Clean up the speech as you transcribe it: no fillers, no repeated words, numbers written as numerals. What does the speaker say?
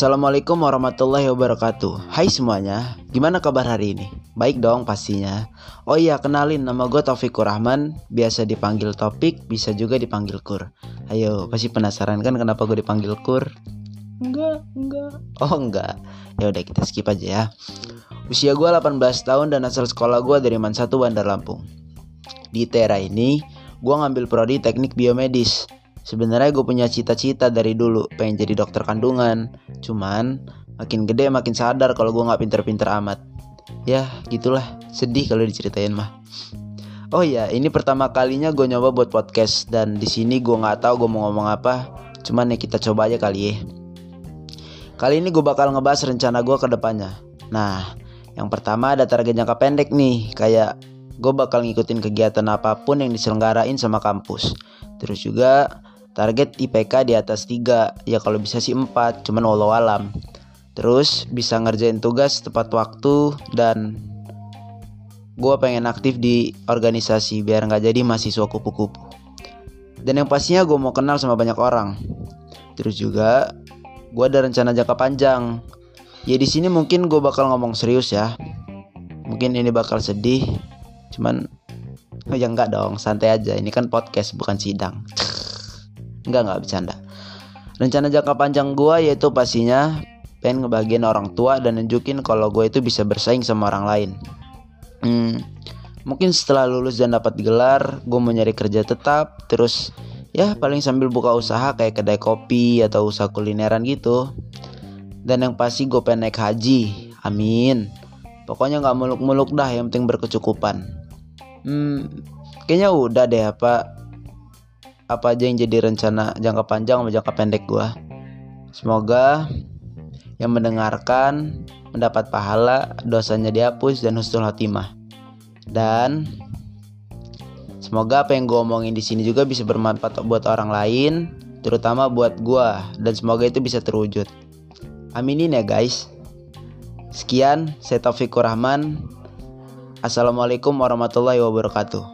Assalamualaikum warahmatullahi wabarakatuh. Hai semuanya, gimana kabar hari ini? Baik dong pastinya. Oh iya, kenalin, nama gue Taufikur Rahman. Biasa dipanggil Topik, bisa juga dipanggil Kur. Ayo, pasti penasaran kan kenapa gue dipanggil Kur? Enggak. Oh enggak, ya udah kita skip aja ya. Usia gue 18 tahun dan asal sekolah gue dari Man 1 Bandar Lampung. Di ITERA ini, gue ngambil prodi teknik biomedis. Sebenarnya gue punya cita-cita dari dulu, pengen jadi dokter kandungan. Cuman makin gede makin sadar kalau gue gak pinter-pinter amat. Ya gitulah, sedih kalau diceritain mah. Oh iya, ini pertama kalinya gue nyoba buat podcast. Dan di sini gue gak tahu gue mau ngomong apa. Cuman ya kita coba aja kali ya. Kali ini gue bakal ngebahas rencana gue ke depannya. Nah, yang pertama ada target jangka pendek nih. Kayak gue bakal ngikutin kegiatan apapun yang diselenggarain sama kampus. Terus juga target IPK di atas 3, ya kalau bisa sih 4, cuman wallahualam. Terus bisa ngerjain tugas tepat waktu dan gue pengen aktif di organisasi biar gak jadi mahasiswa kupu-kupu. Dan yang pastinya gue mau kenal sama banyak orang. Terus juga gue ada rencana jangka panjang. Ya di sini mungkin gue bakal ngomong serius ya. Mungkin ini bakal sedih, cuman ya enggak dong, santai aja. Ini kan podcast bukan sidang. Enggak bercanda. Rencana jangka panjang gue yaitu pastinya pengen ngebahagiain orang tua dan nunjukin kalau gue itu bisa bersaing sama orang lain. Mungkin setelah lulus dan dapat gelar, gue mau nyari kerja tetap. Terus ya paling sambil buka usaha kayak kedai kopi atau usaha kulineran gitu. Dan yang pasti gue pengen naik haji. Amin. Pokoknya gak muluk-muluk dah, yang penting berkecukupan. Kayaknya udah deh apa aja yang jadi rencana jangka panjang sama jangka pendek gue. Semoga yang mendengarkan mendapat pahala, dosanya dihapus dan husnul khotimah. Dan semoga apa yang gue omongin di sini juga bisa bermanfaat buat orang lain, terutama buat gue, dan semoga itu bisa terwujud. Aminin ya guys. Sekian, saya Taufikur Rahman. Assalamualaikum warahmatullahi wabarakatuh.